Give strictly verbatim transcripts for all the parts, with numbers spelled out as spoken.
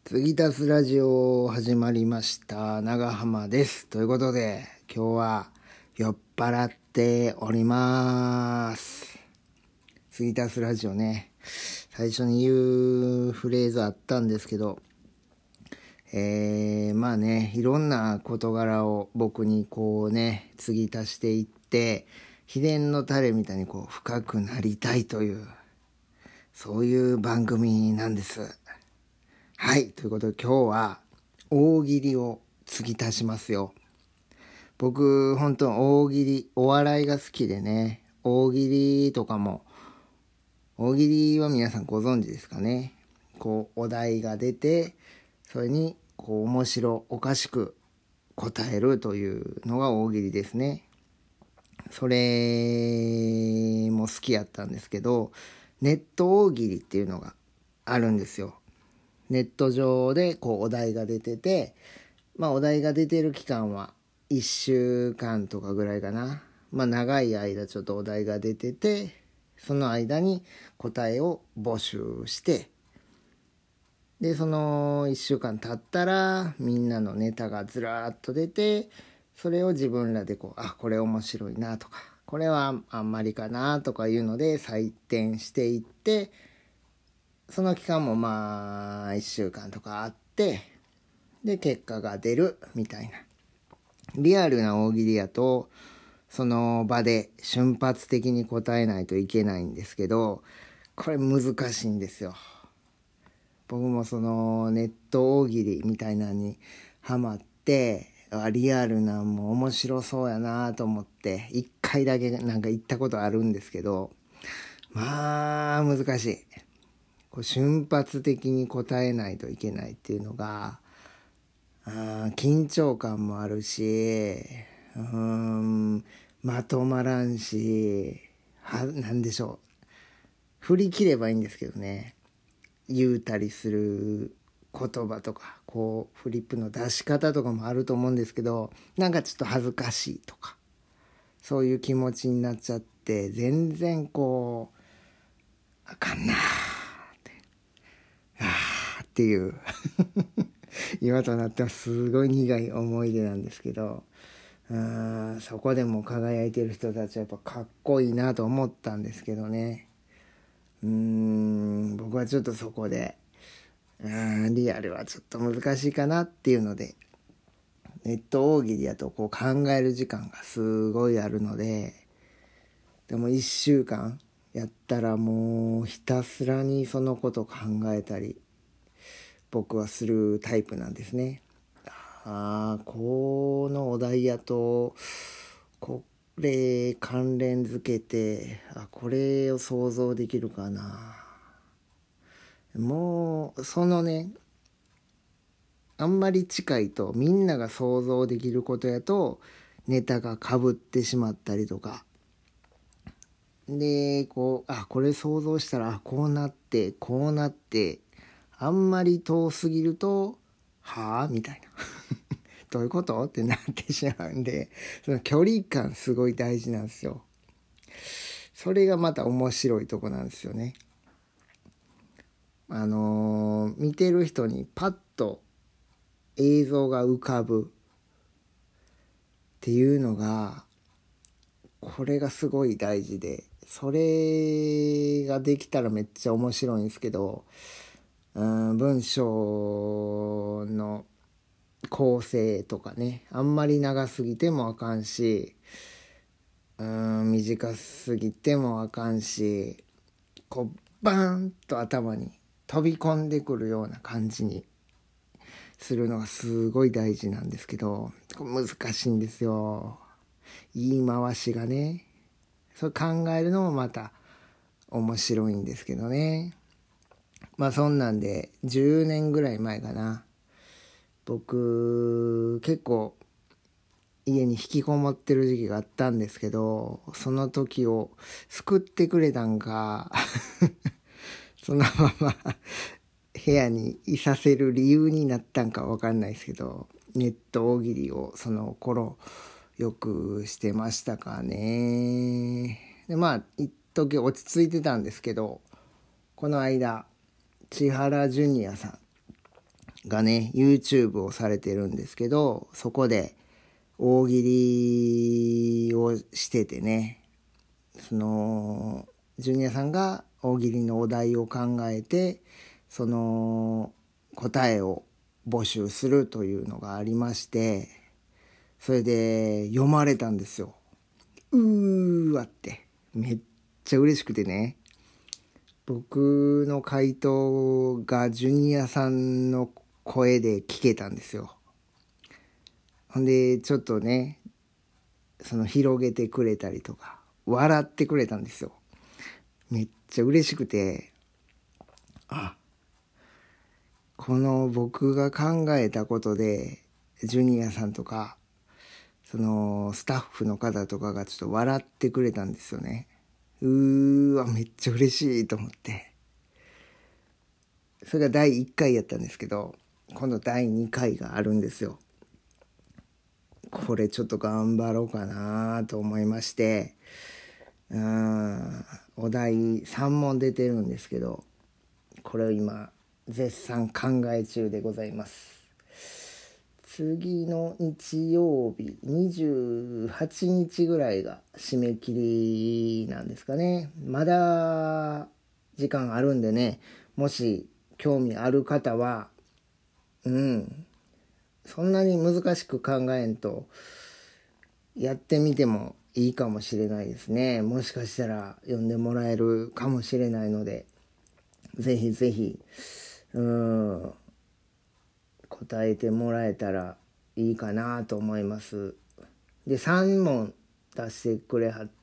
継ぎ足すラジオ始まりました。長浜です。ということで今日は酔っ払っております。継ぎ足すラジオね、最初に言うフレーズあったんですけど、えー、まあね、いろんな事柄を僕にこうね継ぎ足していって、秘伝のタレみたいにこう深くなりたいという、そういう番組なんです。はい、ということで今日は大喜利を継ぎ足しますよ。僕本当大喜利、お笑いが好きでね、大喜利とかも、大喜利は皆さんご存知ですかね。こうお題が出て、それにこう面白おかしく答えるというのが大喜利ですね。それも好きやったんですけど、ネット大喜利っていうのがあるんですよ。ネット上でこうお題が出てて、まあお題が出てる期間はいっしゅうかんとかぐらいかな。まあ長い間ちょっとお題が出てて、その間に答えを募集して、でそのいっしゅうかん経ったらみんなのネタがずらーっと出て、それを自分らでこう、あ、これ面白いなとか、これはあんまりかなとかいうので採点していって、その期間もまあいっしゅうかんとかあって、で結果が出るみたいな。リアルな大喜利やとその場で瞬発的に答えないといけないんですけど、これ難しいんですよ。僕もそのネット大喜利みたいなのにハマって、リアルなも面白そうやなと思って一回だけなんか行ったことあるんですけど、まあ難しい。こう瞬発的に答えないといけないっていうのが、あ緊張感もあるし、うーんまとまらんし、はなんでしょう、振り切ればいいんですけどね、言うたりする言葉とかこうフリップの出し方とかもあると思うんですけど、なんかちょっと恥ずかしいとかそういう気持ちになっちゃって、全然こうあかんなーってあーっていう今となってはすごい苦い思い出なんですけど、うーんそこでも輝いてる人たちはやっぱかっこいいなと思ったんですけどね。うーん僕はちょっとそこで、うーんリアルはちょっと難しいかなっていうので、ネット大喜利だとこう考える時間がすごいあるので、でもいっしゅうかんやったらもうひたすらにそのこと考えたり僕はするタイプなんですね。ああ、このお題やとこれ関連づけて、あ、これを想像できるかな。もうそのね、あんまり近いとみんなが想像できることやとネタがかぶってしまったりとかで、こうあこれ想像したら、あこうなってこうなって、あんまり遠すぎるとはあみたいなどういうことってなってしまうんで、その距離感すごい大事なんですよ。それがまた面白いとこなんですよね。あのー見てる人にパッと映像が浮かぶっていうのが、これがすごい大事で、それができたらめっちゃ面白いんですけど、うん文章の構成とかね、あんまり長すぎてもあかんし、うん短すぎてもあかんし、こうバーンと頭に飛び込んでくるような感じにするのがすごい大事なんですけど、これ難しいんですよ。言い回しがね、それ考えるのもまた面白いんですけどね。まあそんなんでじゅうねんぐらい前かな、僕結構家に引きこもってる時期があったんですけど、その時を救ってくれたんかそのまま部屋にいさせる理由になったんか分かんないですけど、ネット大喜利をその頃よくしてましたかね。でまあ一時落ち着いてたんですけど、この間千原ジュニアさん、 がね YouTube をされてるんですけど、そこで大喜利をしててね、そのジュニアさんが大喜利のお題を考えて、その答えを募集するというのがありまして、それで読まれたんですよ。うーわってめっちゃ嬉しくてね、僕の回答がジュニアさんの声で聞けたんですよ。ほんでちょっとね、その広げてくれたりとか笑ってくれたんですよ。めっちゃ嬉しくて、あ、この僕が考えたことでジュニアさんとかそのスタッフの方とかがちょっと笑ってくれたんですよね。うーわめっちゃ嬉しいと思って、それがだいいっかいやったんですけど、今度だいにかいがあるんですよ。これちょっと頑張ろうかなと思いまして、うーんお題さん問出てるんですけど、これを今絶賛考え中でございます。次の日曜日にじゅうはちにちぐらいが締め切りなんですかね。まだ時間あるんでね、もし興味ある方は、うんそんなに難しく考えんとやってみてもいいかもしれないですね。もしかしたら読んでもらえるかもしれないので、ぜひぜひうん答えてもらえたらいいかなと思います。でさん問出してくれはって、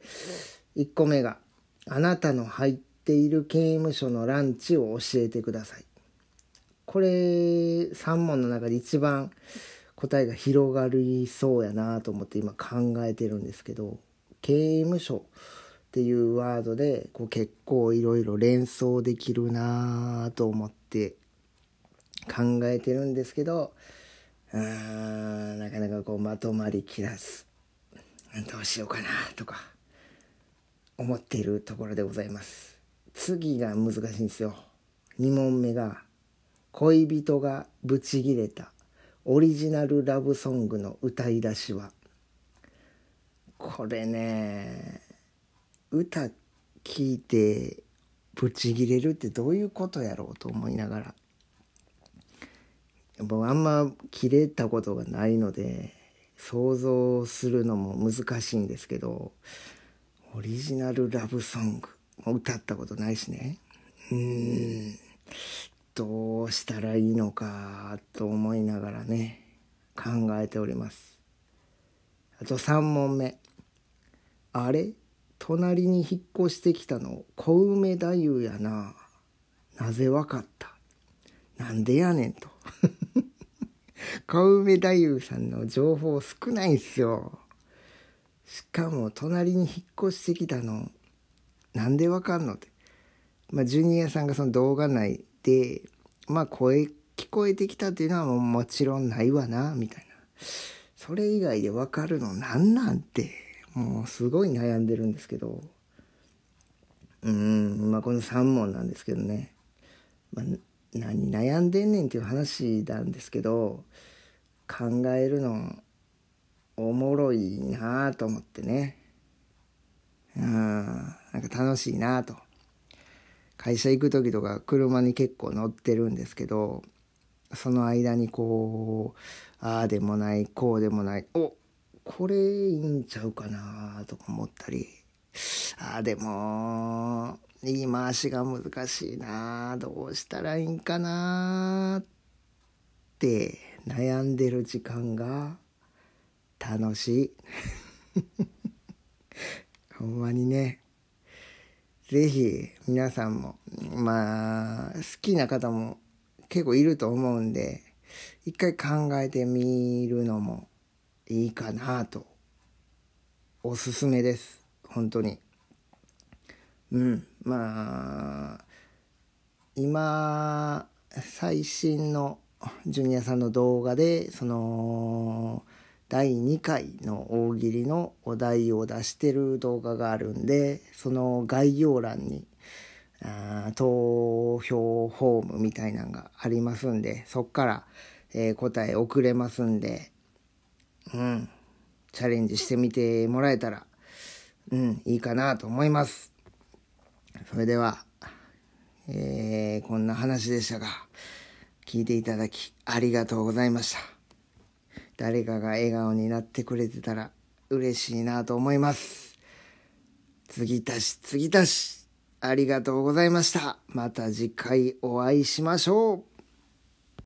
いっこめがあなたの入っている刑務所のランチを教えてください。これさん問の中で一番答えが広がりそうやなと思って今考えてるんですけど、刑務所っていうワードでこう結構いろいろ連想できるなと思って考えてるんですけど、あーなかなかこうまとまりきらず、どうしようかなとか思っているところでございます。次が難しいんですよ。に問目が恋人がブチギレたオリジナルラブソングの歌い出しは。これね、歌聞いてブチギレるってどういうことやろうと思いながら、僕あんま切れたことがないので想像するのも難しいんですけど、オリジナルラブソングも歌ったことないしね、うーんどうしたらいいのかと思いながらね考えております。あとさん問目、あれ隣に引っ越してきたの小梅太夫やな、なぜわかった、なんでやねんと小梅太夫さんの情報少ないんすよ。しかも隣に引っ越してきたのなんでわかんのって、まあ、ジュニアさんがその動画内で、まあ、声聞こえてきたっていうのはもうもちろんないわなみたいな、それ以外でわかるのなんなんてもうすごい悩んでるんですけど、うーんまあこのさん問なんですけどね、まあ、何悩んでんねんっていう話なんですけど、考えるのおもろいなと思ってね、うんなんか楽しいなと。会社行く時とか車に結構乗ってるんですけど、その間にこうああでもないこうでもない、おこれいいんちゃうかなとか思ったり、ああでも言い回しが難しいな、どうしたらいいんかなって悩んでる時間が楽しいほんまにね。ぜひ皆さんもまあ好きな方も結構いると思うんで、一回考えてみるのもいいかなと。おすすめです本当に。うんまあ今最新のジュニアさんの動画でそのだいにかいの大喜利のお題を出してる動画があるんで、その概要欄にあ投票フォームみたいなのがありますんで、そっから、えー、答え送れますんで、うんチャレンジしてみてもらえたらうんいいかなと思います。それでは、えー、こんな話でしたが、聞いていただきありがとうございました。誰かが笑顔になってくれてたら嬉しいなと思います。継ぎ足し継ぎ足しありがとうございました。また次回お会いしましょう。